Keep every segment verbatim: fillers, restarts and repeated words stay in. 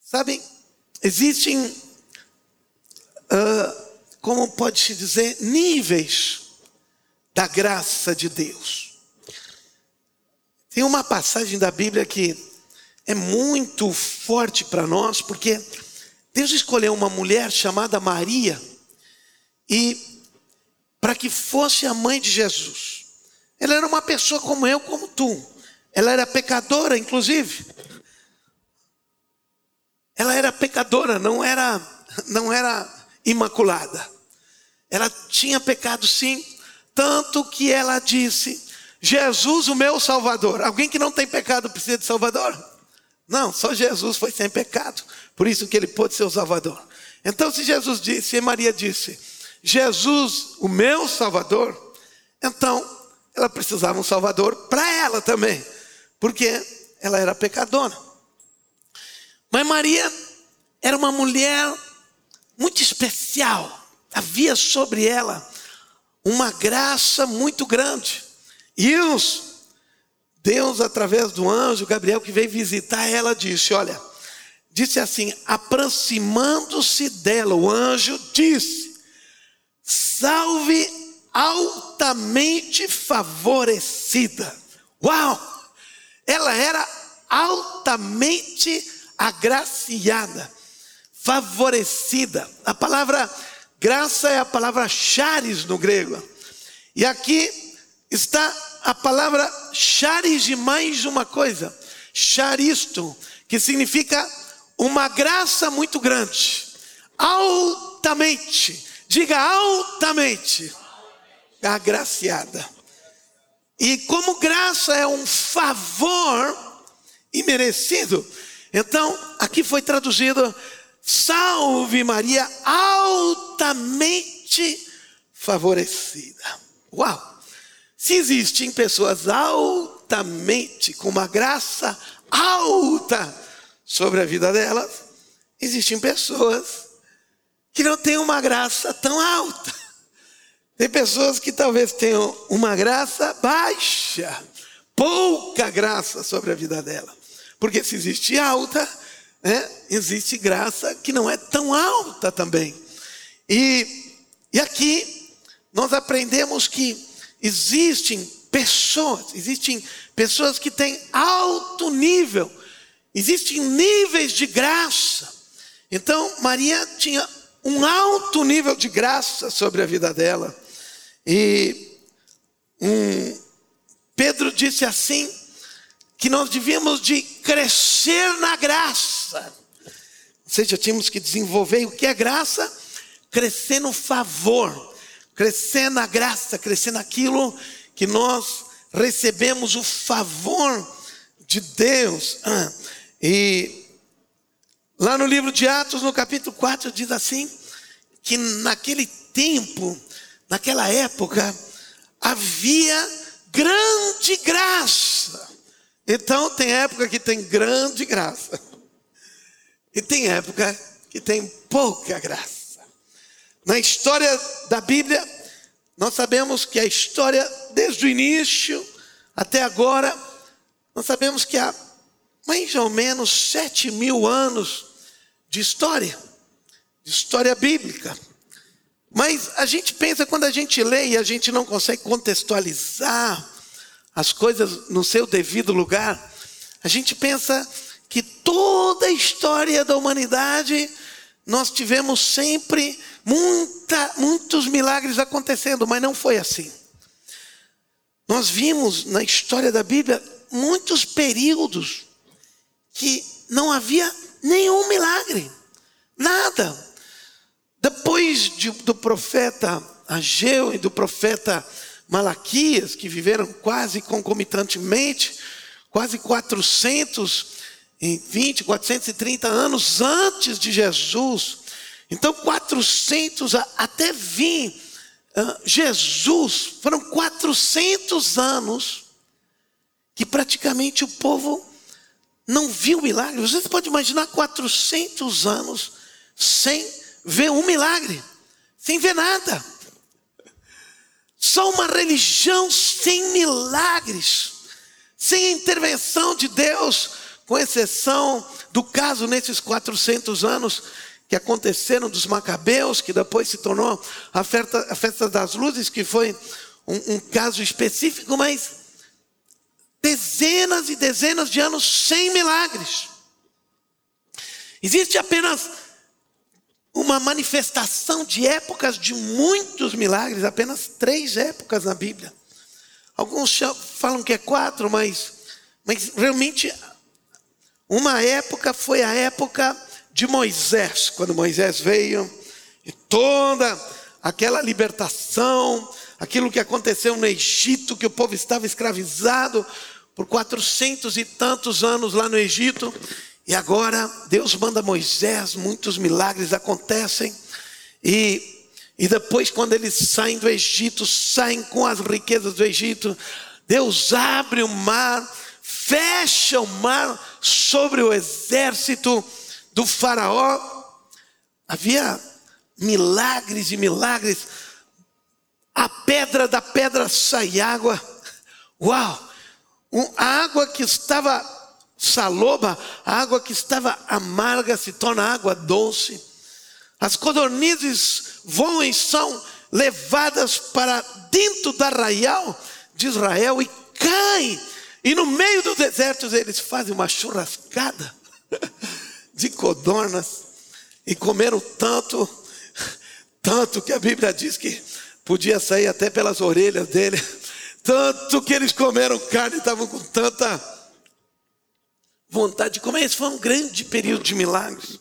Sabem, existem, uh, como pode-se dizer, níveis da graça de Deus. Tem uma passagem da Bíblia que é muito forte para nós, porque Deus escolheu uma mulher chamada Maria, e para que fosse a mãe de Jesus. Ela era uma pessoa como eu, como tu. Ela era pecadora, inclusive. Ela era pecadora, não era, não era imaculada. Ela tinha pecado sim, tanto que ela disse: Jesus, o meu Salvador. Alguém que não tem pecado precisa de Salvador? Não, só Jesus foi sem pecado, por isso que ele pôde ser o Salvador. Então, se Jesus disse, e Maria disse, Jesus, o meu Salvador, então ela precisava um Salvador para ela também, porque ela era pecadora. Mas Maria era uma mulher muito especial. Havia sobre ela uma graça muito grande. E os, Deus, através do anjo Gabriel que veio visitar ela, disse, olha, disse assim, aproximando-se dela, o anjo disse, salve altamente favorecida. Uau! Ela era altamente agraciada, favorecida. A palavra graça é a palavra charis no grego. E aqui está a palavra charis de mais uma coisa. Charisto, que significa uma graça muito grande. Altamente, diga altamente, agraciada. E como graça é um favor imerecido, então aqui foi traduzido, salve Maria, altamente favorecida. Uau! Se existem pessoas altamente, com uma graça alta sobre a vida delas, existem pessoas que não têm uma graça tão alta. Tem pessoas que talvez tenham uma graça baixa, pouca graça sobre a vida dela. Porque se existe alta, né, existe graça que não é tão alta também. E, e aqui nós aprendemos que existem pessoas, existem pessoas que têm alto nível, existem níveis de graça. Então Maria tinha um alto nível de graça sobre a vida dela. E um, Pedro disse assim, que nós devíamos de crescer na graça. Ou seja, tínhamos que desenvolver o que é graça? Crescer no favor, crescer na graça, crescer naquilo que nós recebemos o favor de Deus. E lá no livro de Atos, no capítulo quatro, diz assim, que naquele tempo, naquela época, havia grande graça. Então tem época que tem grande graça, e tem época que tem pouca graça. Na história da Bíblia, nós sabemos que a história, desde o início até agora, nós sabemos que há mais ou menos sete mil anos de história, de história bíblica. Mas a gente pensa, quando a gente lê e a gente não consegue contextualizar as coisas no seu devido lugar, a gente pensa que toda a história da humanidade nós tivemos sempre muita, muitos milagres acontecendo, mas não foi assim. Nós vimos na história da Bíblia muitos períodos que não havia nenhum milagre, nada. Depois de, do profeta Ageu e do profeta Malaquias, que viveram quase concomitantemente, quase quatrocentos e vinte, quatrocentos e trinta anos antes de Jesus. Então quatrocentos até vir uh, Jesus, foram quatrocentos anos que praticamente o povo não viu milagre. Você pode imaginar quatrocentos anos sem ver um milagre, sem ver nada. Só uma religião sem milagres, sem a intervenção de Deus, com exceção do caso nesses quatrocentos anos que aconteceram dos Macabeus, que depois se tornou a festa, a festa das luzes, que foi um, um caso específico, mas dezenas e dezenas de anos sem milagres. Existe apenas uma manifestação de épocas de muitos milagres, apenas três épocas na Bíblia. Alguns falam que é quatro, mas, mas realmente uma época foi a época de Moisés, quando Moisés veio, e toda aquela libertação, aquilo que aconteceu no Egito, que o povo estava escravizado por quatrocentos e tantos anos lá no Egito, e agora Deus manda Moisés, muitos milagres acontecem, e, e depois quando eles saem do Egito, saem com as riquezas do Egito, Deus abre o mar, fecha o mar sobre o exército do faraó. Havia milagres e milagres. A pedra da pedra sai água. Uau! A água que estava saloba, a água que estava amarga se torna água doce. As codornizes voam e são levadas para dentro do arraial de Israel e caem. E no meio do deserto eles fazem uma churrascada de codornas e comeram tanto, tanto que a Bíblia diz que podia sair até pelas orelhas dele, tanto que eles comeram carne e estavam com tanta vontade de comer. Esse foi um grande período de milagres.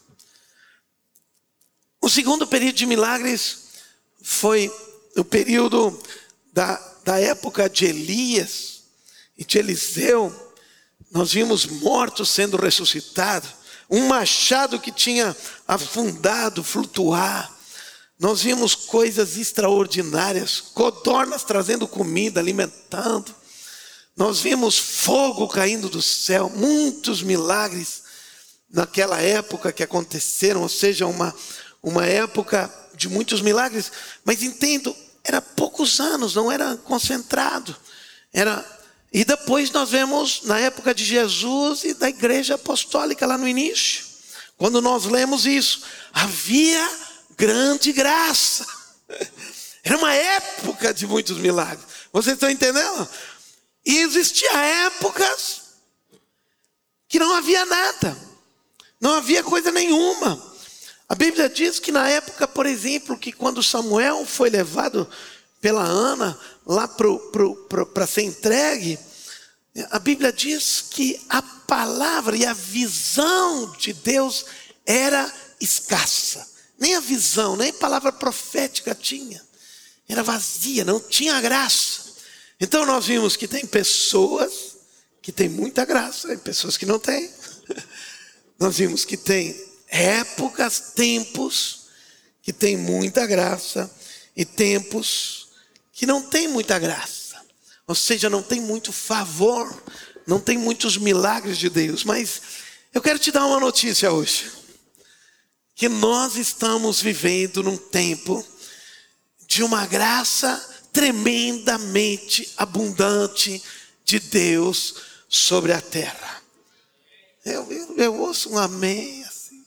O segundo período de milagres foi o período da, da época de Elias e de Eliseu. Nós vimos mortos sendo ressuscitados, um machado que tinha afundado, flutuar. Nós vimos coisas extraordinárias, codornas trazendo comida, alimentando. Nós vimos fogo caindo do céu, muitos milagres naquela época que aconteceram, ou seja, uma, uma época de muitos milagres. Mas entendo, era poucos anos, não era concentrado. Era... E depois nós vemos na época de Jesus e da igreja apostólica lá no início. Quando nós lemos isso, havia grande graça. Era uma época de muitos milagres. Vocês estão entendendo? E existia épocas que não havia nada. Não havia coisa nenhuma. A Bíblia diz que na época, por exemplo, que quando Samuel foi levado pela Ana lá para ser entregue, a Bíblia diz que a palavra e a visão de Deus era escassa. Nem a visão, nem a palavra profética tinha. Era vazia, não tinha graça. Então nós vimos que tem pessoas que têm muita graça e pessoas que não têm. Nós vimos que tem épocas, tempos que tem muita graça e tempos que não tem muita graça. Ou seja, não tem muito favor, não tem muitos milagres de Deus. Mas eu quero te dar uma notícia hoje. Que nós estamos vivendo num tempo de uma graça tremendamente abundante de Deus sobre a terra. Eu, eu, eu ouço um amém assim.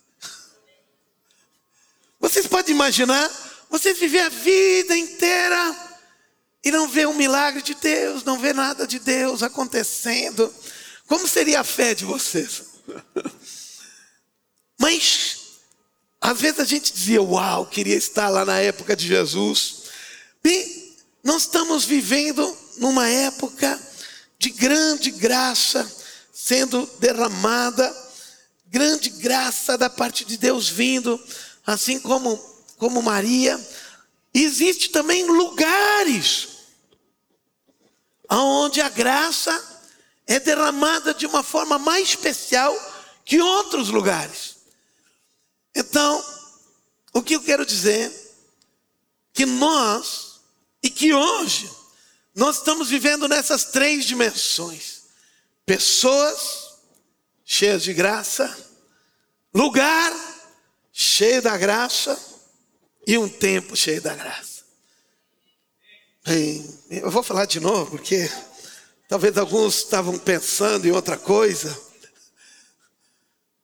Vocês podem imaginar, vocês viver a vida inteira e não ver um milagre de Deus, não ver nada de Deus acontecendo. Como seria a fé de vocês? Mas às vezes a gente dizia, uau, queria estar lá na época de Jesus. Bem, nós estamos vivendo numa época de grande graça sendo derramada, grande graça da parte de Deus vindo, assim como, como Maria. Existe também lugares onde a graça é derramada de uma forma mais especial que outros lugares. Então, o que eu quero dizer? Que nós, e que hoje, nós estamos vivendo nessas três dimensões. Pessoas cheias de graça, lugar cheio da graça e um tempo cheio da graça. Bem, eu vou falar de novo, porque talvez alguns estavam pensando em outra coisa.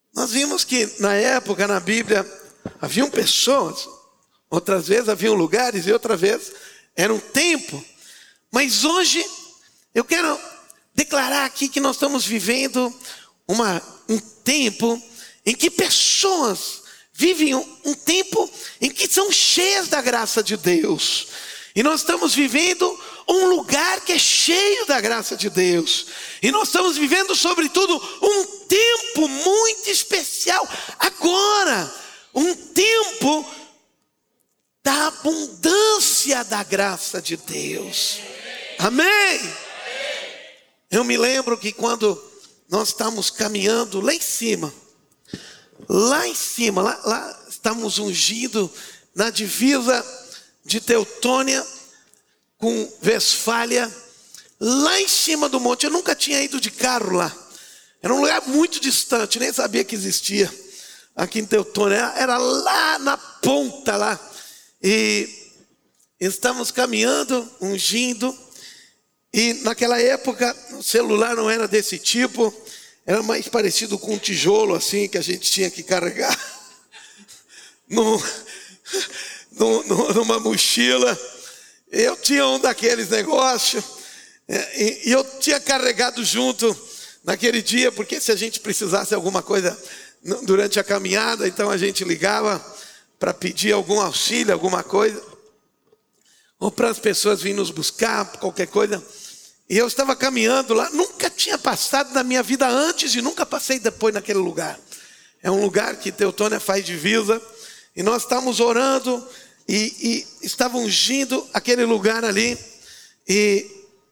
Nós vimos que na época, na Bíblia, haviam pessoas, outras vezes haviam lugares e outras vezes era um tempo. Mas hoje eu quero declarar aqui que nós estamos vivendo uma, um tempo em que pessoas vivem um, um tempo em que são cheias da graça de Deus. E nós estamos vivendo um lugar que é cheio da graça de Deus. E nós estamos vivendo, sobretudo, um tempo muito especial. Agora, um tempo da abundância da graça de Deus. Amém? Eu me lembro que quando nós estávamos caminhando lá em cima, lá em cima, lá, lá estamos ungidos na divisa de Teutônia com Westfália, lá em cima do monte. Eu nunca tinha ido de carro lá. Era um lugar muito distante, nem sabia que existia aqui em Teutônia. Era, era lá na ponta lá. E estávamos caminhando, ungindo. E naquela época o celular não era desse tipo. Era mais parecido com um tijolo assim que a gente tinha que carregar no, no, no, numa mochila. Eu tinha um daqueles negócios, e eu tinha carregado junto naquele dia, porque se a gente precisasse de alguma coisa durante a caminhada, então a gente ligava para pedir algum auxílio, alguma coisa, ou para as pessoas virem nos buscar, qualquer coisa. E eu estava caminhando lá, nunca tinha passado na minha vida antes e nunca passei depois naquele lugar. É um lugar que Teutônia faz divisa, e nós estávamos orando, E, e estava ungindo aquele lugar ali, e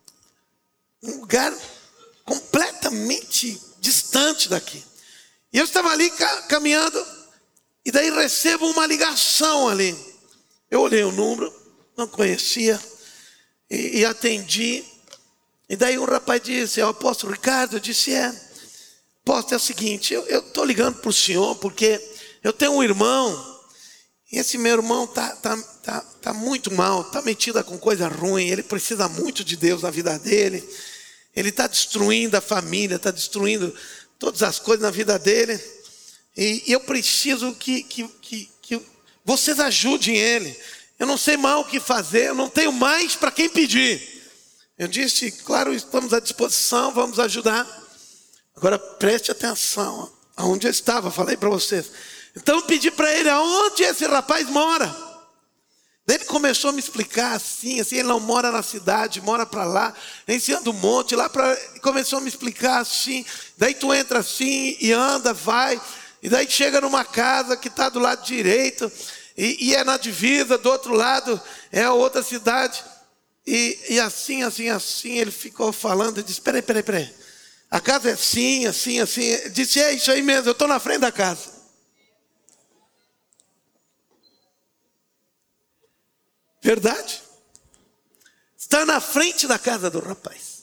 um lugar completamente distante daqui. E eu estava ali caminhando, e daí recebo uma ligação ali. Eu olhei o número, não conhecia, e, e atendi. E daí um rapaz disse: é o apóstolo Ricardo? Eu disse: é. Apóstolo, é o seguinte, eu estou ligando para o senhor, porque eu tenho um irmão. E esse meu irmão está tá, tá, tá muito mal, está metido com coisa ruim. Ele precisa muito de Deus na vida dele. Ele está destruindo a família, está destruindo todas as coisas na vida dele. E, e eu preciso que, que, que, que vocês ajudem ele. Eu não sei mais o que fazer, eu não tenho mais para quem pedir. Eu disse: claro, estamos à disposição, vamos ajudar. Agora preste atenção, aonde eu estava, falei para vocês. Então eu pedi para ele aonde esse rapaz mora. Daí ele começou a me explicar assim, assim, ele não mora na cidade, mora para lá, em cima do monte, lá para. Começou a me explicar assim. Daí tu entra assim e anda, vai, e daí chega numa casa que está do lado direito, e, e é na divisa, do outro lado é a outra cidade. E, e assim, assim, assim, ele ficou falando. Eu disse: peraí, peraí, peraí. A casa é assim, assim, assim. Ele disse: é isso aí mesmo, eu estou na frente da casa. Verdade? Está na frente da casa do rapaz.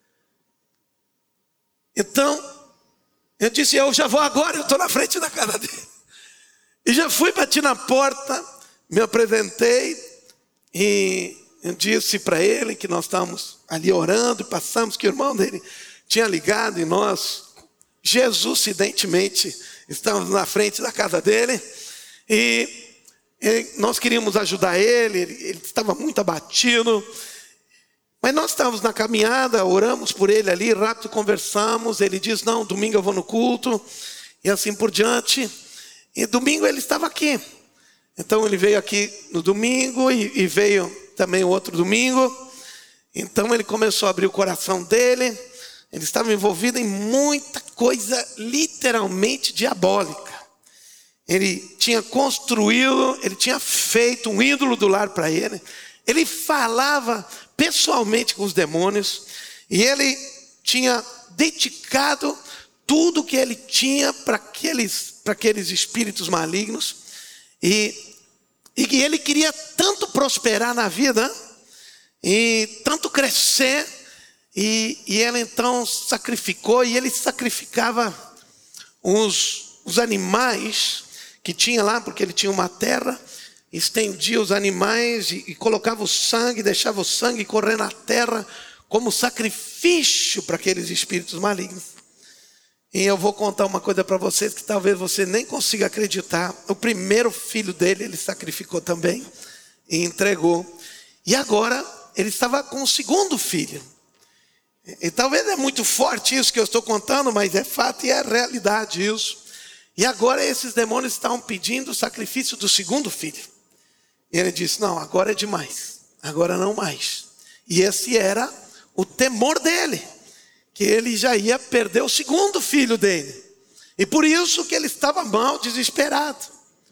Então, eu disse: eu já vou agora, eu estou na frente da casa dele. E já fui, bati na porta, me apresentei e eu disse para ele que nós estávamos ali orando, passamos que o irmão dele tinha ligado e nós, jesucidentemente, estávamos na frente da casa dele. E Ele, nós queríamos ajudar ele, ele, ele estava muito abatido. Mas nós estávamos na caminhada, oramos por ele ali, rápido conversamos. Ele disse: não, domingo eu vou no culto, e assim por diante. E domingo ele estava aqui. Então ele veio aqui no domingo e, e veio também o outro domingo. Então ele começou a abrir o coração dele. Ele estava envolvido em muita coisa literalmente diabólica. Ele tinha construído, ele tinha feito um ídolo do lar para ele. Ele falava pessoalmente com os demônios. E ele tinha dedicado tudo que ele tinha para aqueles, para aqueles espíritos malignos. E, e ele queria tanto prosperar na vida, e tanto crescer. E, e ele então sacrificou, e ele sacrificava os, os animais que tinha lá, porque ele tinha uma terra, estendia os animais e, e colocava o sangue, deixava o sangue correr na terra como sacrifício para aqueles espíritos malignos. E eu vou contar uma coisa para vocês que talvez você nem consiga acreditar. O primeiro filho dele, ele sacrificou também e entregou. E agora ele estava com o segundo filho. E talvez é muito forte isso que eu estou contando, mas é fato e é realidade isso. E agora esses demônios estavam pedindo o sacrifício do segundo filho. E ele disse, não, agora é demais, agora não mais. E esse era o temor dele, que ele já ia perder o segundo filho dele. E por isso que ele estava mal, desesperado.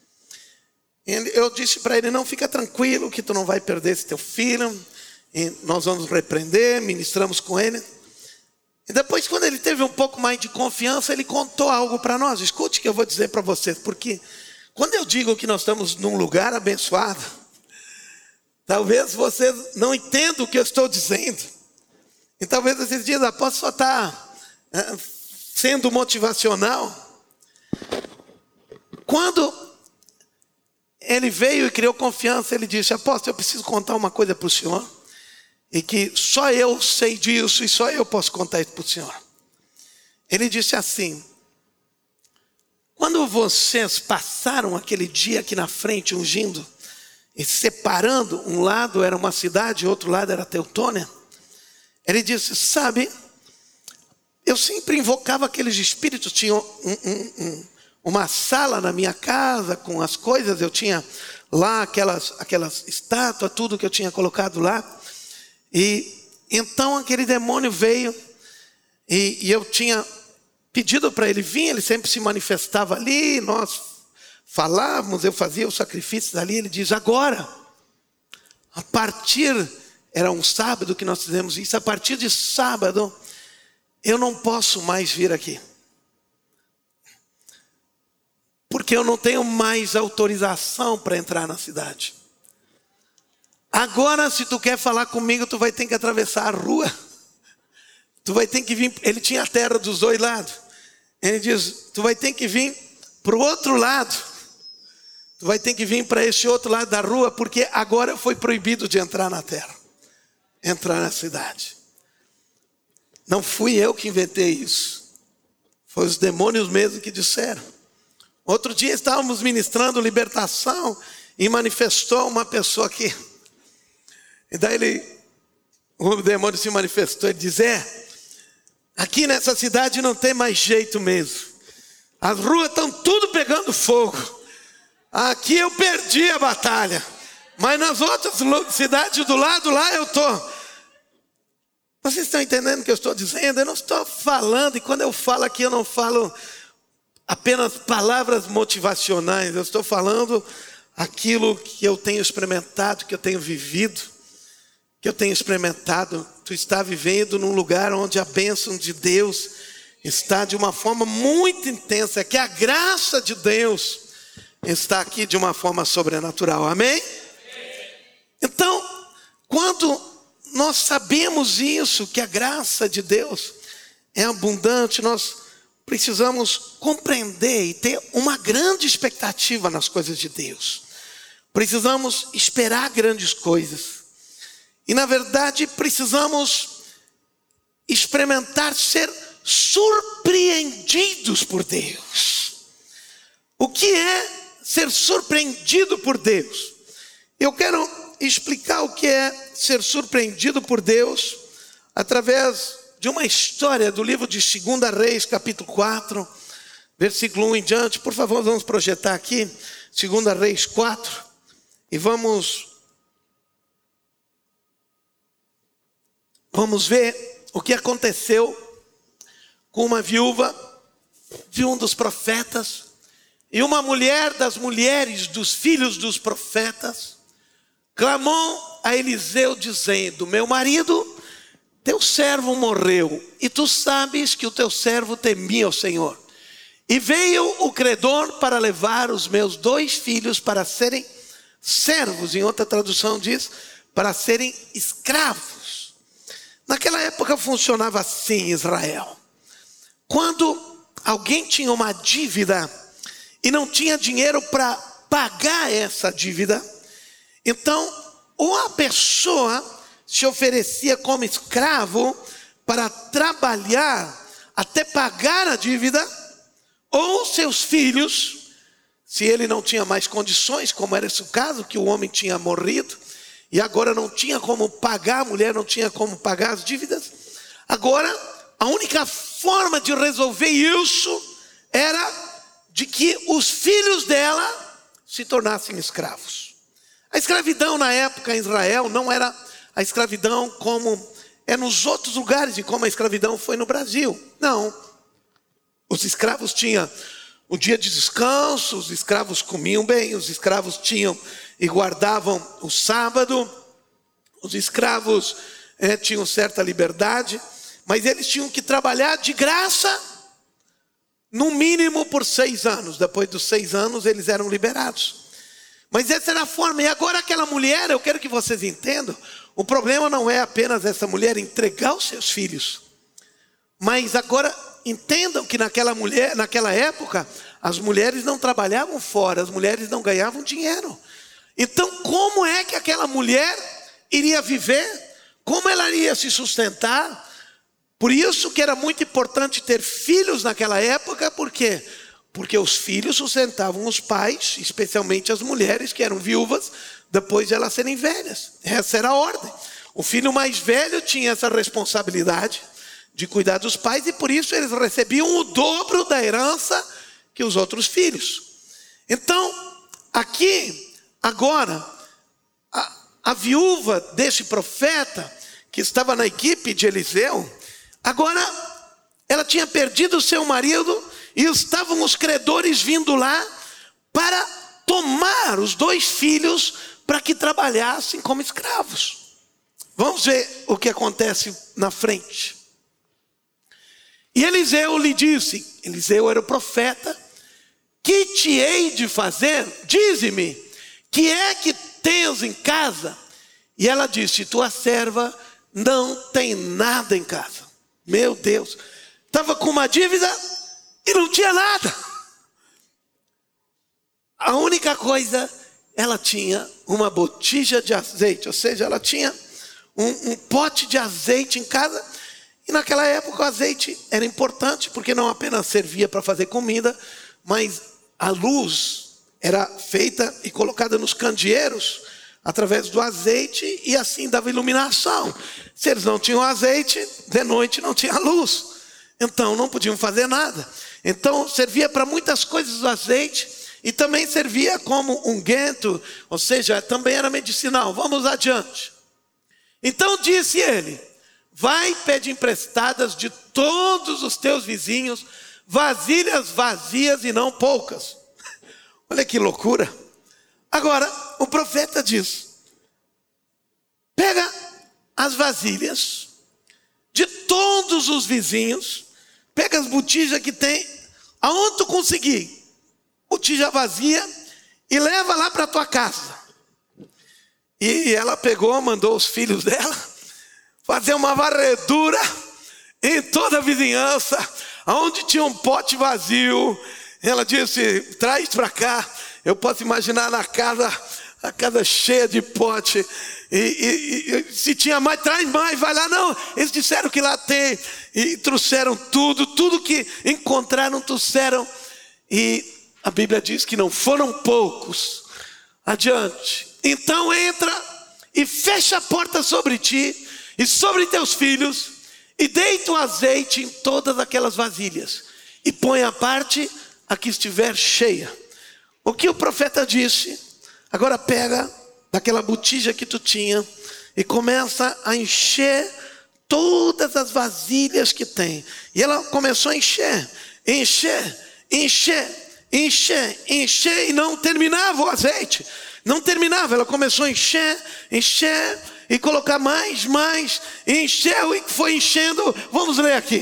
Eu disse para ele, não, fica tranquilo que tu não vai perder esse teu filho. E nós vamos repreender, ministramos com ele. E depois, quando ele teve um pouco mais de confiança, ele contou algo para nós. Escute o que eu vou dizer para vocês, porque quando eu digo que nós estamos num lugar abençoado, talvez vocês não entendam o que eu estou dizendo. E talvez vocês dizem, apóstolo, só está é, sendo motivacional. Quando ele veio e criou confiança, ele disse, apóstolo, eu preciso contar uma coisa para o senhor. E que só eu sei disso e só eu posso contar isso para o senhor. Ele disse assim, quando vocês passaram aquele dia aqui na frente ungindo e separando, um lado era uma cidade, outro lado era Teutônia. Ele disse, sabe, eu sempre invocava aqueles espíritos, tinha um, um, um, uma sala na minha casa com as coisas, eu tinha lá aquelas, aquelas estátuas, tudo que eu tinha colocado lá. E então aquele demônio veio e, e eu tinha pedido para ele vir, ele sempre se manifestava ali, nós falávamos, eu fazia os sacrifícios ali, ele diz, agora, a partir, era um sábado que nós fizemos isso, a partir de sábado, eu não posso mais vir aqui. Porque eu não tenho mais autorização para entrar na cidade. Agora, se tu quer falar comigo, tu vai ter que atravessar a rua. Tu vai ter que vir, ele tinha a terra dos dois lados. Ele diz, tu vai ter que vir para o outro lado. Tu vai ter que vir para esse outro lado da rua, porque agora foi proibido de entrar na terra. Entrar na cidade. Não fui eu que inventei isso. Foi os demônios mesmo que disseram. Outro dia estávamos ministrando libertação e manifestou uma pessoa aqui. E daí ele, o demônio se manifestou, ele diz, é, aqui nessa cidade não tem mais jeito mesmo. As ruas estão tudo pegando fogo. Aqui eu perdi a batalha. Mas nas outras cidades do lado lá eu estou. Vocês estão entendendo o que eu estou dizendo? Eu não estou falando, e quando eu falo aqui eu não falo apenas palavras motivacionais. Eu estou falando aquilo que eu tenho experimentado, que eu tenho vivido. Que eu tenho experimentado, tu está vivendo num lugar onde a bênção de Deus está de uma forma muito intensa, que a graça de Deus está aqui de uma forma sobrenatural, amém? Então, quando nós sabemos isso, que a graça de Deus é abundante, nós precisamos compreender e ter uma grande expectativa nas coisas de Deus. Precisamos esperar grandes coisas. E na verdade precisamos experimentar ser surpreendidos por Deus. O que é ser surpreendido por Deus? Eu quero explicar o que é ser surpreendido por Deus através de uma história do livro de Segunda Reis, capítulo quatro, versículo um em diante. Por favor, vamos projetar aqui, Segunda Reis quatro, e vamos... Vamos ver o que aconteceu com uma viúva de um dos profetas e uma mulher das mulheres dos filhos dos profetas clamou a Eliseu dizendo, meu marido, teu servo morreu e tu sabes que o teu servo temia o Senhor. E veio o credor para levar os meus dois filhos para serem servos, em outra tradução diz, para serem escravos. Naquela época funcionava assim em Israel. Quando alguém tinha uma dívida e não tinha dinheiro para pagar essa dívida, então ou a pessoa se oferecia como escravo para trabalhar até pagar a dívida, ou seus filhos, se ele não tinha mais condições, como era esse o caso, que o homem tinha morrido, e agora não tinha como pagar, a mulher não tinha como pagar as dívidas. Agora, a única forma de resolver isso era de que os filhos dela se tornassem escravos. A escravidão na época em Israel não era a escravidão como é nos outros lugares e como a escravidão foi no Brasil. Não. Os escravos tinham o dia de descanso, os escravos comiam bem, os escravos tinham e guardavam o sábado, os escravos é, tinham certa liberdade, mas eles tinham que trabalhar de graça, no mínimo por seis anos. Depois dos seis anos eles eram liberados. Mas essa era a forma. E agora aquela mulher, eu quero que vocês entendam, o problema não é apenas essa mulher entregar os seus filhos, mas agora entendam que naquela mulher, naquela época, as mulheres não trabalhavam fora, as mulheres não ganhavam dinheiro. Então como é que aquela mulher iria viver? Como ela iria se sustentar? Por isso que era muito importante ter filhos naquela época. Por quê? Porque os filhos sustentavam os pais, especialmente as mulheres que eram viúvas, depois de elas serem velhas. Essa era a ordem. O filho mais velho tinha essa responsabilidade de cuidar dos pais, e por isso eles recebiam o dobro da herança que os outros filhos. Então, aqui, agora, a, a viúva desse profeta, que estava na equipe de Eliseu, agora ela tinha perdido o seu marido, e estavam os credores vindo lá para tomar os dois filhos para que trabalhassem como escravos. Vamos ver o que acontece na frente. E Eliseu lhe disse, Eliseu era o profeta: que te hei de fazer? Dize-me, que é que tens em casa? E ela disse: tua serva não tem nada em casa. Meu Deus, estava com uma dívida e não tinha nada. A única coisa, ela tinha uma botija de azeite, ou seja, ela tinha um, um pote de azeite em casa. E naquela época o azeite era importante, porque não apenas servia para fazer comida, mas a luz era feita e colocada nos candeeiros através do azeite, e assim dava iluminação. Se eles não tinham azeite, de noite não tinha luz, então não podiam fazer nada. Então servia para muitas coisas o azeite, e também servia como unguento, ou seja, também era medicinal. Vamos adiante. Então disse ele: vai, pede emprestadas de todos os teus vizinhos vasilhas vazias e não poucas. Olha que loucura. Agora o profeta diz: pega as vasilhas de todos os vizinhos, pega as botijas que tem, aonde tu conseguir, botija vazia, e leva lá para tua casa. E ela pegou, mandou os filhos dela fazer uma varredura em toda a vizinhança, aonde tinha um pote vazio. Ela disse: traz para cá. Eu posso imaginar na casa, a casa cheia de pote. E, e, e se tinha mais, traz mais, vai lá. Não, eles disseram que lá tem. E trouxeram tudo, tudo que encontraram, trouxeram. E a Bíblia diz que não foram poucos. Adiante. Então entra e fecha a porta sobre ti e sobre teus filhos, e deita o azeite em todas aquelas vasilhas, e põe a parte a que estiver cheia. O que o profeta disse? Agora pega daquela botija que tu tinha e começa a encher todas as vasilhas que tem. E ela começou a encher, encher, encher, encher, encher, e não terminava o azeite. Não terminava, ela começou a encher, encher, e colocar mais, mais, e encheu e foi enchendo. Vamos ler aqui.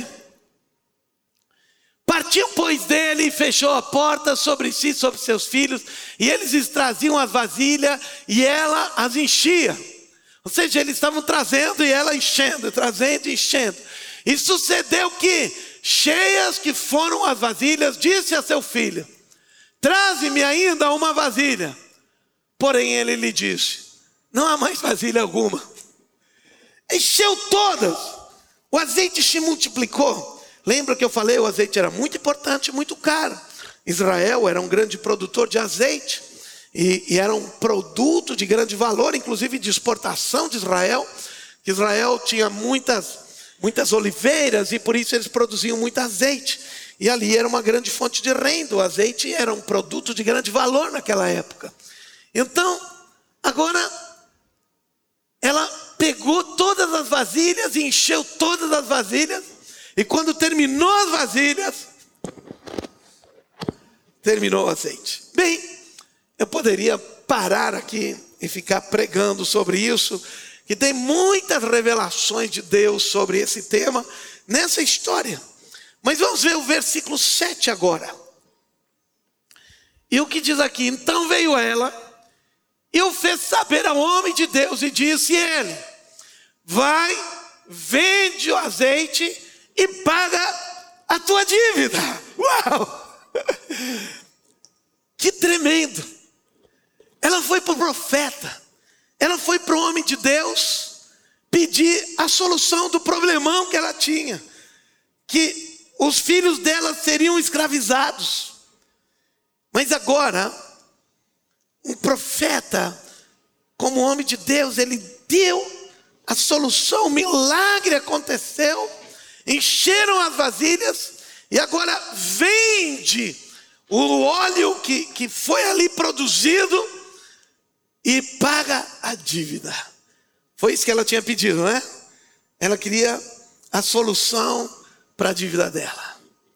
Partiu, pois, dele e fechou a porta sobre si, sobre seus filhos, e eles traziam as vasilhas e ela as enchia. Ou seja, eles estavam trazendo e ela enchendo, trazendo e enchendo. E sucedeu que, cheias que foram as vasilhas, disse a seu filho: traze-me ainda uma vasilha. Porém ele lhe disse: não há mais vasilha alguma. Encheu todas, o azeite se multiplicou. Lembra que eu falei, o azeite era muito importante, muito caro. Israel era um grande produtor de azeite. E, e era um produto de grande valor, inclusive de exportação de Israel. Israel tinha muitas, muitas oliveiras e por isso eles produziam muito azeite. E ali era uma grande fonte de renda. O azeite era um produto de grande valor naquela época. Então, agora, ela pegou todas as vasilhas e encheu todas as vasilhas. E quando terminou as vasilhas, terminou o azeite. Bem, eu poderia parar aqui e ficar pregando sobre isso, que tem muitas revelações de Deus sobre esse tema nessa história. Mas vamos ver o versículo sete agora. E o que diz aqui? Então veio ela e o fez saber ao homem de Deus e disse ele: vai, vende o azeite e paga a tua dívida. Uau! Que tremendo! Ela foi para o profeta, ela foi para o homem de Deus pedir a solução do problemão que ela tinha, que os filhos dela seriam escravizados. Mas agora, um profeta, como homem de Deus, ele deu a solução, o milagre aconteceu, encheram as vasilhas e agora vende o óleo que, que foi ali produzido e paga a dívida. Foi isso que ela tinha pedido, não é? Ela queria a solução para a dívida dela.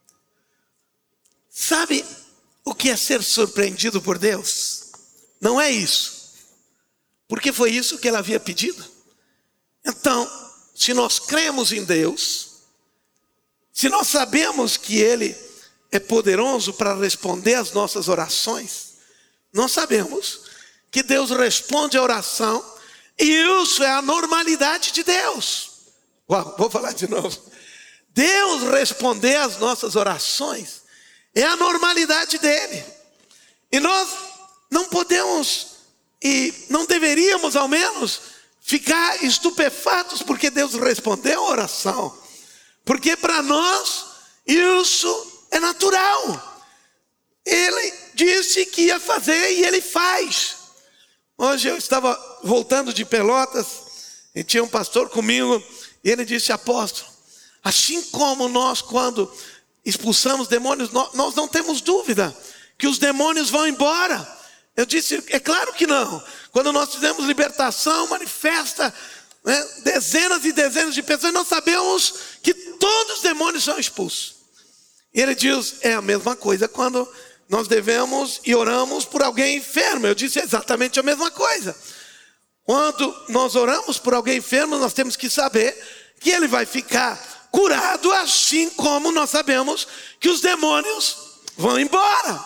Sabe o que é ser surpreendido por Deus? Não é isso. Porque foi isso que ela havia pedido. Então, se nós cremos em Deus, se nós sabemos que Ele é poderoso para responder às nossas orações, nós sabemos que Deus responde a oração, e isso é a normalidade de Deus. Uau, vou falar de novo. Deus responder às nossas orações é a normalidade dele. E nós não podemos, e não deveríamos ao menos, ficar estupefatos porque Deus respondeu a oração. Porque para nós isso é natural. Ele disse que ia fazer e ele faz. Hoje eu estava voltando de Pelotas e tinha um pastor comigo e ele disse: apóstolo, assim como nós quando expulsamos demônios, nós não temos dúvida que os demônios vão embora. Eu disse: é claro que não. Quando nós fizemos libertação, manifesta, né, dezenas e dezenas de pessoas, nós sabemos que todos os demônios são expulsos. E ele diz: é a mesma coisa quando nós devemos e oramos por alguém enfermo. Eu disse: é exatamente a mesma coisa. Quando nós oramos por alguém enfermo, nós temos que saber que ele vai ficar curado, assim como nós sabemos que os demônios vão embora.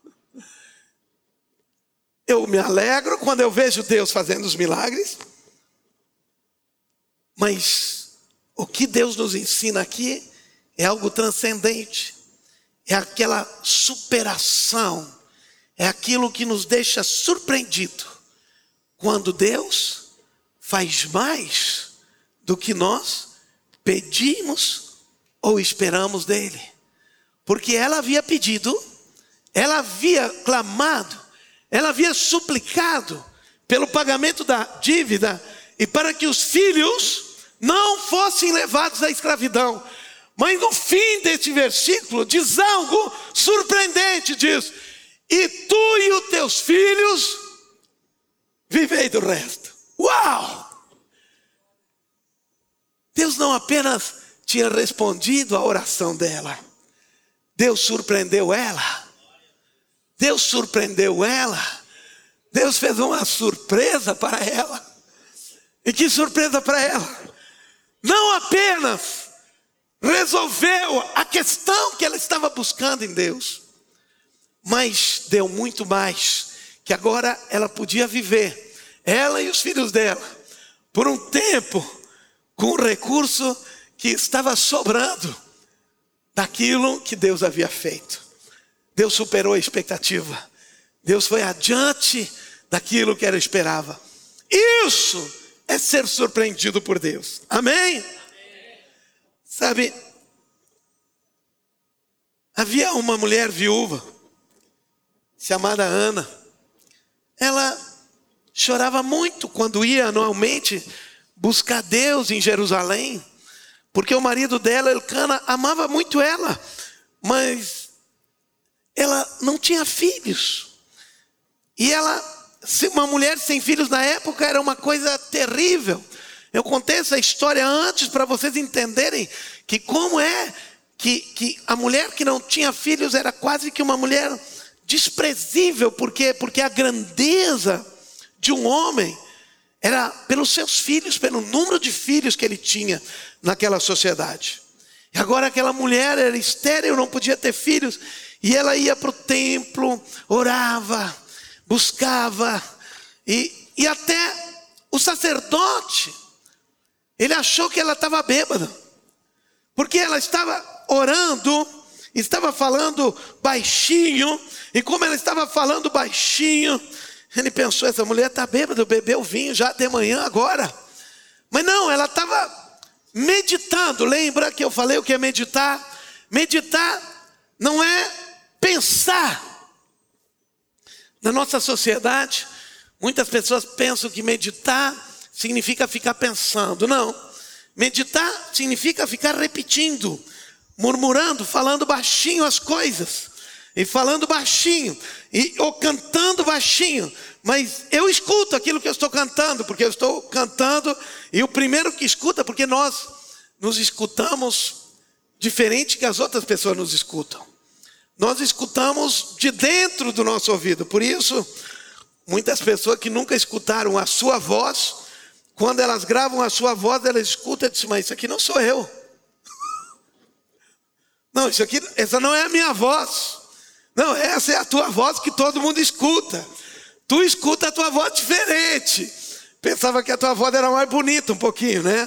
Eu me alegro quando eu vejo Deus fazendo os milagres, mas o que Deus nos ensina aqui é algo transcendente, é aquela superação, é aquilo que nos deixa surpreendido, quando Deus faz mais do que nós pedimos ou esperamos dele. Porque ela havia pedido, ela havia clamado, ela havia suplicado pelo pagamento da dívida e para que os filhos não fossem levados à escravidão. Mas no fim deste versículo diz algo surpreendente, diz: e tu e os teus filhos vivei do resto. Uau! Deus não apenas tinha respondido à oração dela, Deus surpreendeu ela. Deus surpreendeu ela. Deus fez uma surpresa para ela. E que surpresa para ela! Não apenas resolveu a questão que ela estava buscando em Deus, mas deu muito mais, que agora ela podia viver, ela e os filhos dela, por um tempo, com o recurso que estava sobrando daquilo que Deus havia feito. Deus superou a expectativa. Deus foi adiante daquilo que ela esperava. Isso é ser surpreendido por Deus. Amém? Amém. Sabe, Havia uma mulher viúva, chamada Ana. Ela chorava muito quando ia anualmente buscar Deus em Jerusalém, porque o marido dela, Elcana, amava muito ela, mas ela não tinha filhos. E ela, uma mulher sem filhos na época era uma coisa terrível. Eu contei essa história antes para vocês entenderem que como é que, que a mulher que não tinha filhos era quase que uma mulher desprezível. Por quê? Porque a grandeza de um homem era pelos seus filhos, pelo número de filhos que ele tinha naquela sociedade. E agora aquela mulher era estéril, não podia ter filhos, e ela ia para o templo, orava, buscava, e, e até o sacerdote, ele achou que ela estava bêbada, porque ela estava orando, estava falando baixinho, e como ela estava falando baixinho, ele pensou, essa mulher está bêbada, bebeu vinho já de manhã agora. Mas não, ela estava meditando. Lembra que eu falei o que é meditar? Meditar não é pensar. Na nossa sociedade, muitas pessoas pensam que meditar significa ficar pensando. Não, meditar significa ficar repetindo, murmurando, falando baixinho as coisas. E falando baixinho, e, ou cantando baixinho, mas eu escuto aquilo que eu estou cantando, porque eu estou cantando, e o primeiro que escuta, porque nós nos escutamos diferente que as outras pessoas nos escutam. Nós escutamos de dentro do nosso ouvido, por isso, muitas pessoas que nunca escutaram a sua voz, quando elas gravam a sua voz, elas escutam e dizem, mas isso aqui não sou eu. Não, isso aqui, essa não é a minha voz. Não, essa é a tua voz que todo mundo escuta. Tu escuta a tua voz diferente. Pensava que a tua voz era mais bonita um pouquinho, né?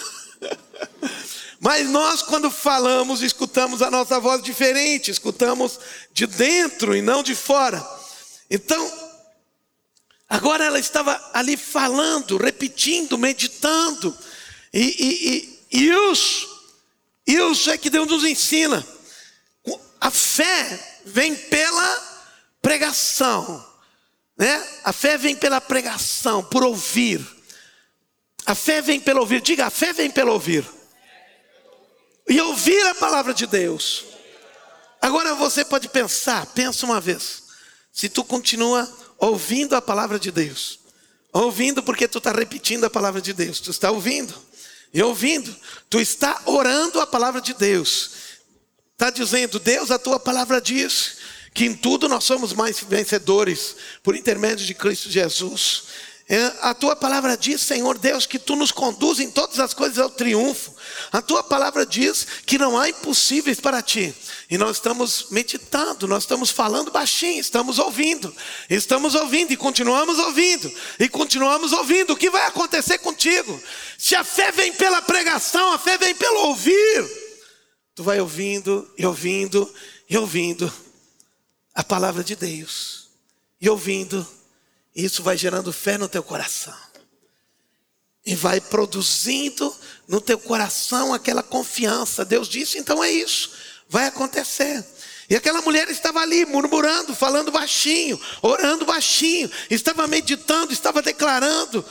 Mas nós quando falamos, escutamos a nossa voz diferente. Escutamos de dentro e não de fora. Então, agora ela estava ali falando, repetindo, meditando. E, e, e, e isso, isso é que Deus nos ensina. A fé vem pela pregação, né? A fé vem pela pregação, por ouvir. A fé vem pelo ouvir. Diga, a fé vem pelo ouvir. E ouvir a palavra de Deus. Agora você pode pensar, pensa uma vez. Se tu continua ouvindo a palavra de Deus, ouvindo porque tu está repetindo a palavra de Deus, tu está ouvindo e ouvindo, tu está orando a palavra de Deus. Está dizendo, Deus, a tua palavra diz que em tudo nós somos mais vencedores por intermédio de Cristo Jesus. A tua palavra diz, Senhor Deus, que tu nos conduz em todas as coisas ao triunfo. A tua palavra diz que não há impossíveis para ti. E nós estamos meditando, nós estamos falando baixinho, estamos ouvindo. Estamos ouvindo e continuamos ouvindo. E continuamos ouvindo. O que vai acontecer contigo? Se a fé vem pela pregação, a fé vem pelo ouvir. Tu vai ouvindo e ouvindo e ouvindo a palavra de Deus. E ouvindo, isso vai gerando fé no teu coração. E vai produzindo no teu coração aquela confiança. Deus disse, então é isso, vai acontecer. E aquela mulher estava ali murmurando, falando baixinho, orando baixinho. Estava meditando, estava declarando.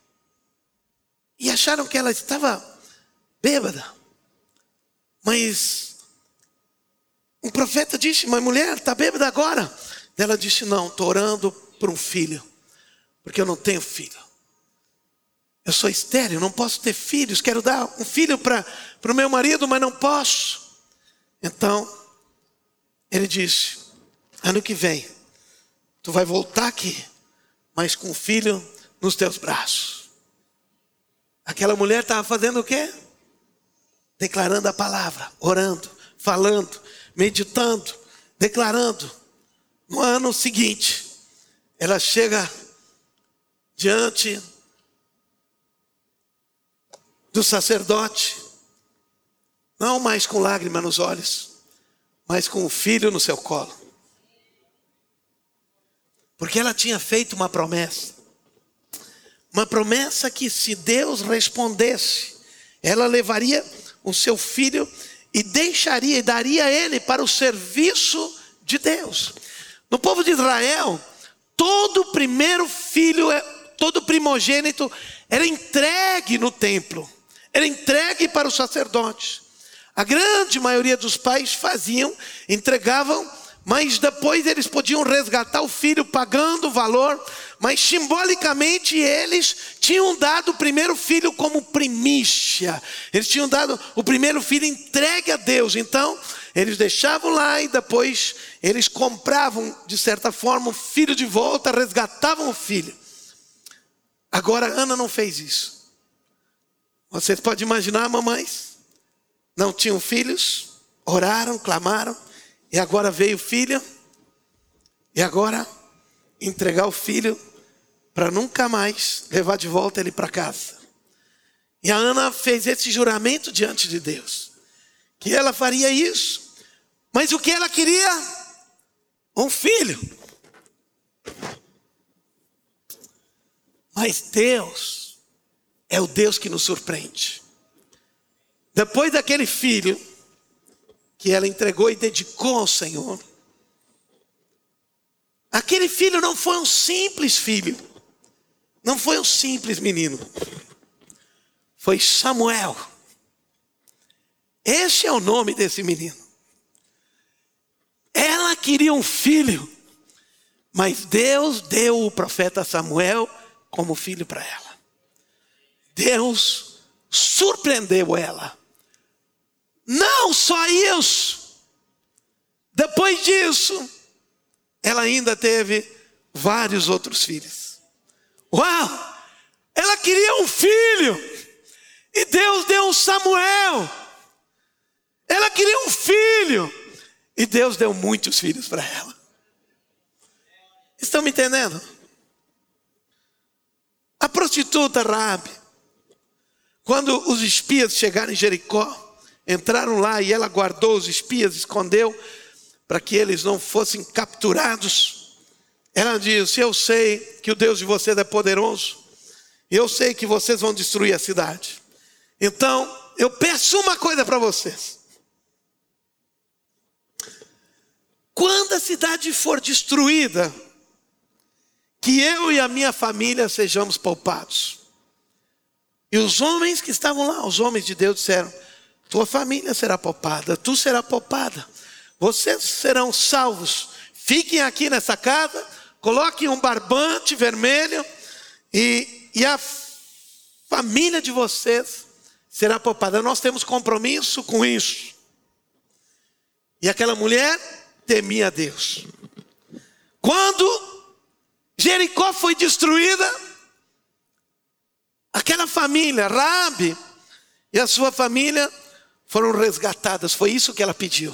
E acharam que ela estava bêbada. Mas um profeta disse, mas mulher, está bêbada agora? Ela disse, não, estou orando por um filho, porque eu não tenho filho. Eu sou estéril, não posso ter filhos, quero dar um filho para o meu marido, mas não posso. Então, ele disse, ano que vem, tu vai voltar aqui, mas com um filho nos teus braços. Aquela mulher estava fazendo o quê? Declarando a palavra, orando, falando, meditando, declarando. No ano seguinte, ela chega diante do sacerdote, não mais com lágrimas nos olhos, mas com o filho no seu colo. Porque ela tinha feito uma promessa. Uma promessa que se Deus respondesse, ela levaria o seu filho e deixaria e daria ele para o serviço de Deus. No povo de Israel, todo primeiro filho, todo primogênito era entregue no templo, era entregue para os sacerdotes. A grande maioria dos pais faziam, entregavam, mas depois eles podiam resgatar o filho pagando o valor, mas simbolicamente eles tinham dado o primeiro filho como primícia. Eles tinham dado o primeiro filho entregue a Deus. Então, eles deixavam lá e depois eles compravam, de certa forma, o filho de volta, resgatavam o filho. Agora, Ana não fez isso. Vocês podem imaginar, mamães? Não tinham filhos, oraram, clamaram, e agora veio o filho, e agora entregar o filho para nunca mais levar de volta ele para casa. E a Ana fez esse juramento diante de Deus, que ela faria isso, mas o que ela queria? Um filho. Mas Deus é o Deus que nos surpreende. Depois daquele filho que ela entregou e dedicou ao Senhor, aquele filho não foi um simples filho, não foi um simples menino, foi Samuel. Esse é o nome desse menino. Ela queria um filho, mas Deus deu o profeta Samuel como filho para ela. Deus surpreendeu ela. Não só isso, depois disso, ela ainda teve vários outros filhos. Uau! Ela queria um filho, e Deus deu um Samuel. Ela queria um filho, e Deus deu muitos filhos para ela. Estão me entendendo? A prostituta Raabe, quando os espias chegaram em Jericó, entraram lá e ela guardou os espias, escondeu, para que eles não fossem capturados. Ela disse: eu sei que o Deus de vocês é poderoso, eu sei que vocês vão destruir a cidade. Então, eu peço uma coisa para vocês. Quando a cidade for destruída, que eu e a minha família sejamos poupados. E os homens que estavam lá, os homens de Deus, disseram: tua família será poupada, tu será poupada, vocês serão salvos. Fiquem aqui nessa casa, coloquem um barbante vermelho e, e a família de vocês será poupada. Nós temos compromisso com isso. E aquela mulher temia a Deus. Quando Jericó foi destruída, aquela família, Raabe e a sua família, foram resgatadas. Foi isso que ela pediu.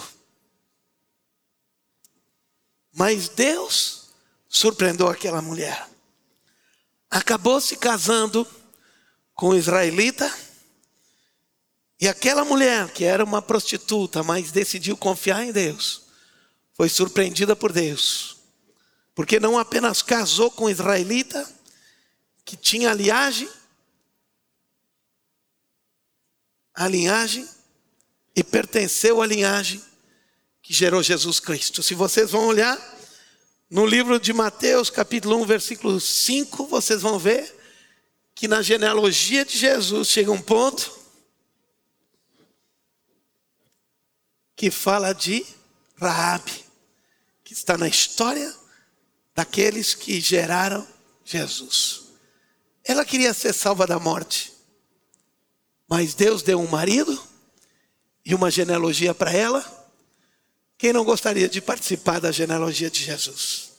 Mas Deus surpreendeu aquela mulher. Acabou se casando com um israelita. E aquela mulher, que era uma prostituta, mas decidiu confiar em Deus, foi surpreendida por Deus. Porque não apenas casou com um israelita, que tinha a linhagem, a linhagem, e pertenceu à linhagem que gerou Jesus Cristo. Se vocês vão olhar no livro de Mateus, capítulo um, versículo cinco, vocês vão ver que na genealogia de Jesus chega um ponto que fala de Raabe, que está na história daqueles que geraram Jesus. Ela queria ser salva da morte, mas Deus deu um marido e uma genealogia para ela. Quem não gostaria de participar da genealogia de Jesus?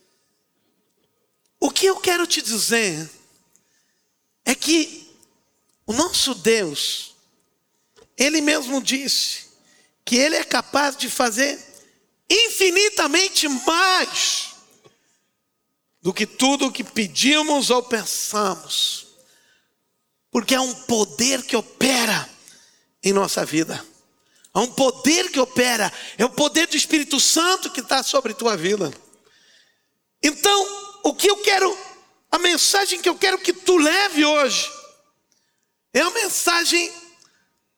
O que eu quero te dizer é que o nosso Deus, Ele mesmo disse que Ele é capaz de fazer infinitamente mais do que tudo o que pedimos ou pensamos, porque há um poder que opera em nossa vida. Há um poder que opera, é o poder do Espírito Santo que está sobre a tua vida. Então, o que eu quero, a mensagem que eu quero que tu leve hoje, é a mensagem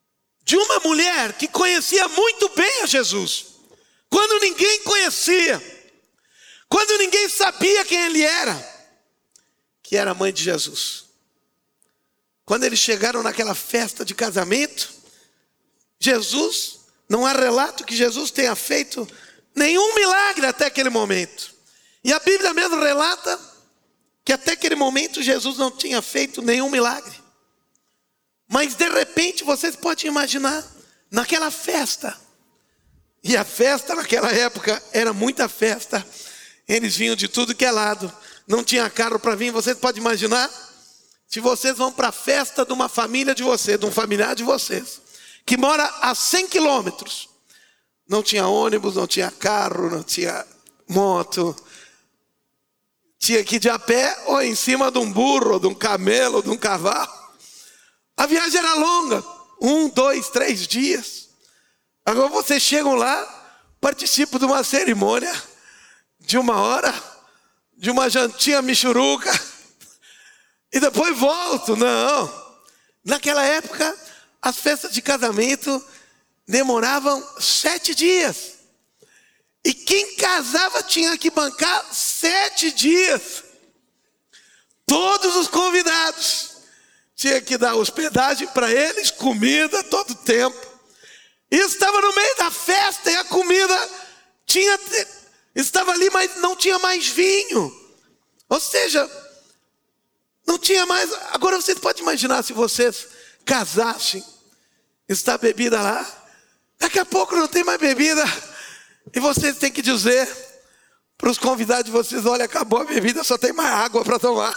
de uma mulher que conhecia muito bem a Jesus, quando ninguém conhecia, quando ninguém sabia quem ele era, que era a mãe de Jesus. Quando eles chegaram naquela festa de casamento, Jesus, não há relato que Jesus tenha feito nenhum milagre até aquele momento. E a Bíblia mesmo relata que até aquele momento Jesus não tinha feito nenhum milagre. Mas de repente vocês podem imaginar, naquela festa, e a festa naquela época era muita festa, eles vinham de tudo que é lado, não tinha carro para vir. Vocês podem imaginar, se vocês vão para a festa de uma família de vocês, de um familiar de vocês, que mora a cem quilômetros, não tinha ônibus, não tinha carro, não tinha moto, tinha que ir de a pé ou em cima de um burro, ou de um camelo, ou de um cavalo. A viagem era longa, um, dois, três dias. Agora vocês chegam lá, participam de uma cerimônia, de uma hora, de uma jantinha michuruca, e depois voltam. Não, naquela época, as festas de casamento demoravam sete dias. E quem casava tinha que bancar sete dias. Todos os convidados tinha que dar hospedagem para eles, comida todo tempo. E estava no meio da festa e a comida tinha, estava ali, mas não tinha mais vinho. Ou seja, não tinha mais. Agora vocês podem imaginar, se vocês casassem, está bebida lá, daqui a pouco não tem mais bebida, e vocês têm que dizer para os convidados de vocês: olha, acabou a bebida, só tem mais água para tomar.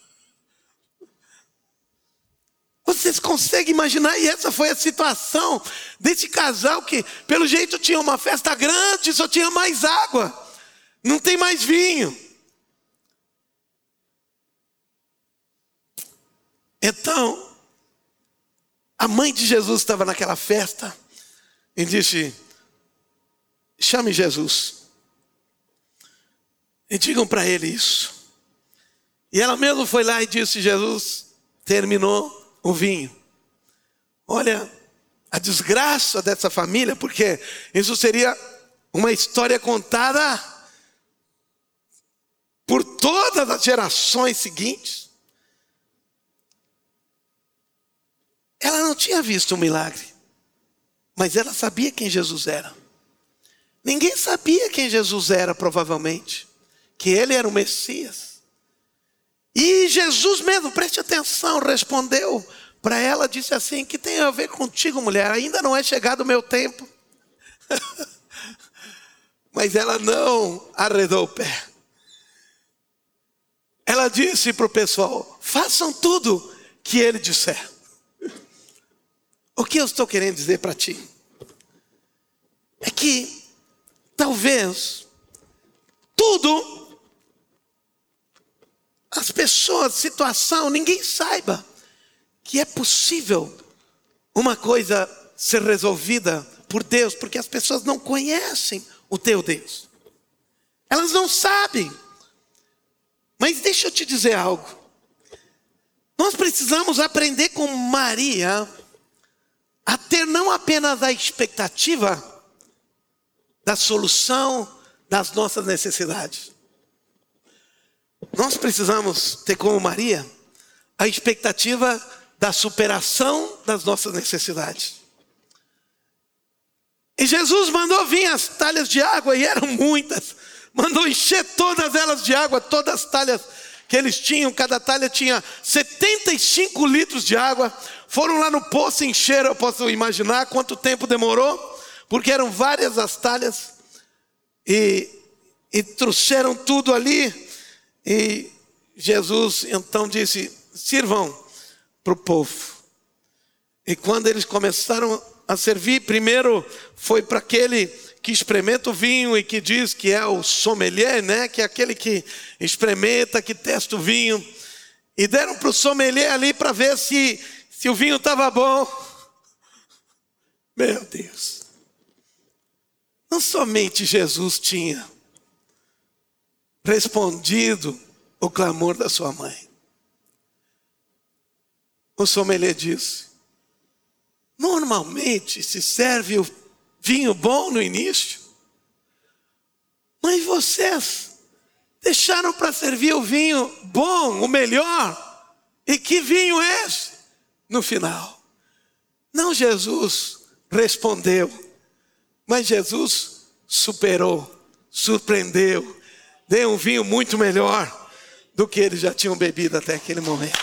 Vocês conseguem imaginar? E essa foi a situação desse casal que, pelo jeito, tinha uma festa grande, só tinha mais água, não tem mais vinho. Então, a mãe de Jesus estava naquela festa e disse: chame Jesus e digam para ele isso. E ela mesmo foi lá e disse: Jesus, terminou o vinho. Olha a desgraça dessa família, porque isso seria uma história contada por todas as gerações seguintes. Ela não tinha visto um milagre, mas ela sabia quem Jesus era. Ninguém sabia quem Jesus era, provavelmente, que ele era o Messias. E Jesus mesmo, preste atenção, respondeu para ela, disse assim: que tem a ver contigo, mulher? Ainda não é chegado o meu tempo. Mas ela não arredou o pé. Ela disse para o pessoal: façam tudo que ele disser. O que eu estou querendo dizer para ti é que talvez tudo, as pessoas, situação, ninguém saiba que é possível uma coisa ser resolvida por Deus, porque as pessoas não conhecem o teu Deus. Elas não sabem. Mas deixa eu te dizer algo. Nós precisamos aprender com Maria a ter não apenas a expectativa da solução das nossas necessidades. Nós precisamos ter como Maria a expectativa da superação das nossas necessidades. E Jesus mandou vir as talhas de água, e eram muitas. Mandou encher todas elas de água, todas as talhas que eles tinham. Cada talha tinha setenta e cinco litros de água. Foram lá no poço, encheram. Eu posso imaginar quanto tempo demorou, porque eram várias as talhas. E, e trouxeram tudo ali. E Jesus então disse: sirvam para o povo. E quando eles começaram a servir, primeiro foi para aquele que experimenta o vinho e que diz que é o sommelier, né? Que é aquele que experimenta, que testa o vinho. E deram para o sommelier ali para ver se, se o vinho estava bom. Meu Deus. Não somente Jesus tinha respondido o clamor da sua mãe. O sommelier disse: normalmente se serve o vinho bom no início, mas vocês deixaram para servir o vinho bom, o melhor. E que vinho é esse? No final. Não Jesus respondeu, mas Jesus superou, surpreendeu, deu um vinho muito melhor do que eles já tinham bebido até aquele momento.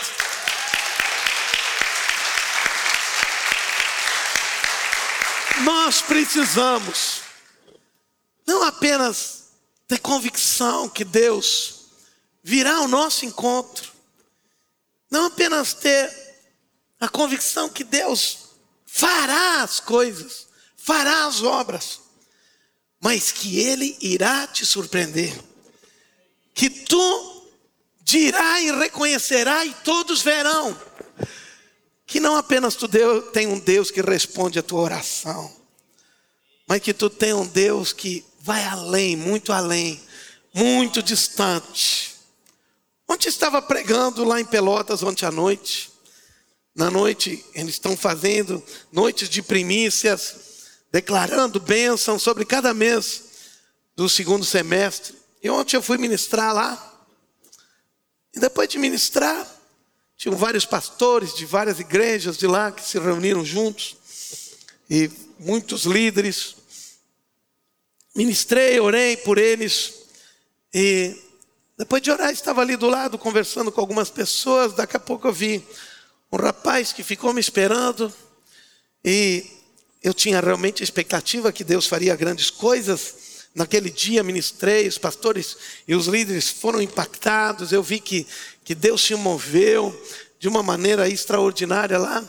Nós precisamos não apenas ter convicção que Deus virá ao nosso encontro, não apenas ter a convicção que Deus fará as coisas, fará as obras, mas que Ele irá te surpreender, que tu dirá e reconhecerá e todos verão que não apenas tu tem um Deus que responde a tua oração, mas que tu tem um Deus que vai além, muito além, muito distante. Ontem estava pregando lá em Pelotas, ontem à noite. Na noite, eles estão fazendo noites de primícias, declarando bênção sobre cada mês do segundo semestre. E ontem eu fui ministrar lá. E depois de ministrar, tinham vários pastores de várias igrejas de lá que se reuniram juntos. E muitos líderes. Ministrei, orei por eles. E depois de orar, estava ali do lado conversando com algumas pessoas. Daqui a pouco eu vi um rapaz que ficou me esperando. E eu tinha realmente a expectativa que Deus faria grandes coisas. Naquele dia ministrei, os pastores e os líderes foram impactados. Eu vi que, que Deus se moveu de uma maneira extraordinária lá.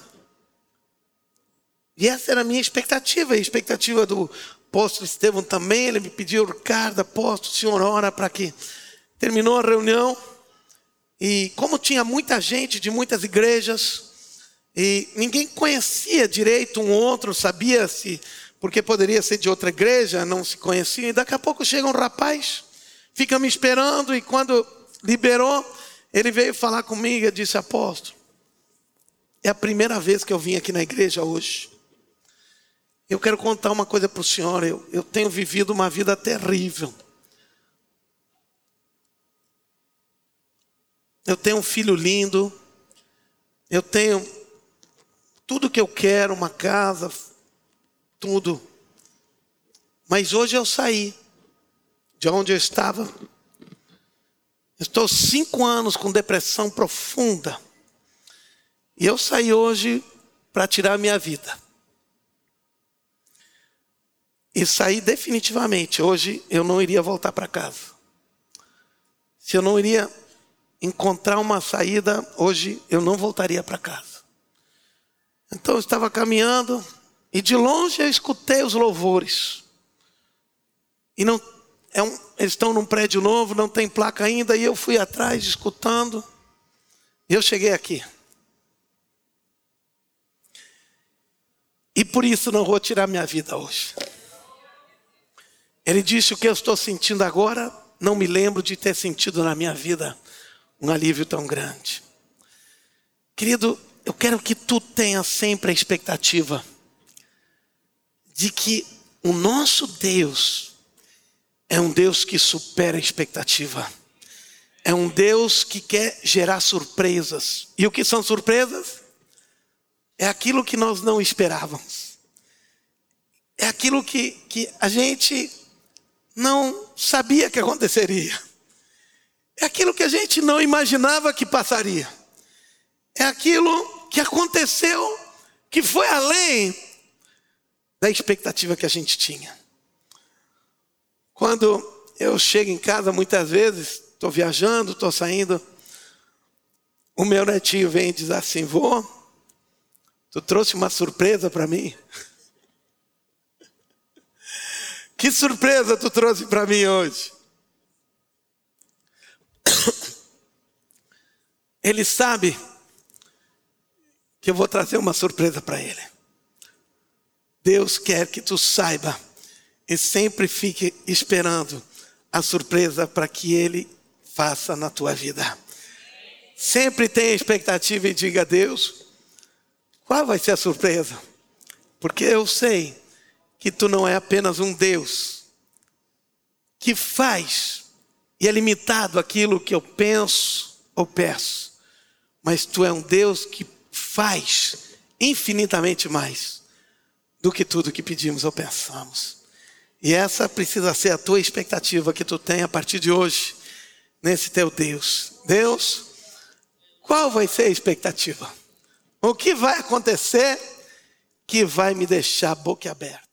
E essa era a minha expectativa, a expectativa do apóstolo Estevão também. Ele me pediu, Ricardo, apóstolo, o senhor ora para que... Terminou a reunião e como tinha muita gente de muitas igrejas e ninguém conhecia direito um outro, sabia se... porque poderia ser de outra igreja, não se conhecia. E daqui a pouco chega um rapaz, fica me esperando e quando liberou, ele veio falar comigo e disse, apóstolo, é a primeira vez que eu vim aqui na igreja hoje. Eu quero contar uma coisa para o senhor, eu, eu tenho vivido uma vida terrível. Eu tenho um filho lindo, eu tenho tudo que eu quero, uma casa, tudo. Mas hoje eu saí de onde eu estava. Estou cinco anos com depressão profunda. E eu saí hoje para tirar a minha vida. E saí definitivamente. Hoje eu não iria voltar para casa. Se eu não iria encontrar uma saída, hoje eu não voltaria para casa. Então eu estava caminhando e de longe eu escutei os louvores. E não, é um, eles estão num prédio novo, não tem placa ainda, e eu fui atrás escutando. E eu cheguei aqui. E por isso não vou tirar minha vida hoje. Ele disse, o que eu estou sentindo agora, não me lembro de ter sentido na minha vida um alívio tão grande. Querido, eu quero que tu tenha sempre a expectativa de que o nosso Deus é um Deus que supera a expectativa. É um Deus que quer gerar surpresas. E o que são surpresas? É aquilo que nós não esperávamos. É aquilo que, que a gente não sabia que aconteceria. É aquilo que a gente não imaginava que passaria. É aquilo que aconteceu, que foi além da expectativa que a gente tinha. Quando eu chego em casa, muitas vezes, estou viajando, estou saindo, o meu netinho vem e diz assim, vô, tu trouxe uma surpresa para mim? Que surpresa tu trouxe para mim hoje? Ele sabe que eu vou trazer uma surpresa para ele. Deus quer que tu saiba e sempre fique esperando a surpresa para que Ele faça na tua vida. Sempre tenha expectativa e diga a Deus, qual vai ser a surpresa? Porque eu sei que tu não é apenas um Deus que faz e é limitado àquilo que eu penso ou peço, mas tu é um Deus que faz infinitamente mais do que tudo que pedimos ou pensamos. E essa precisa ser a tua expectativa que tu tem a partir de hoje, nesse teu Deus. Deus, qual vai ser a expectativa? O que vai acontecer que vai me deixar boquiaberto?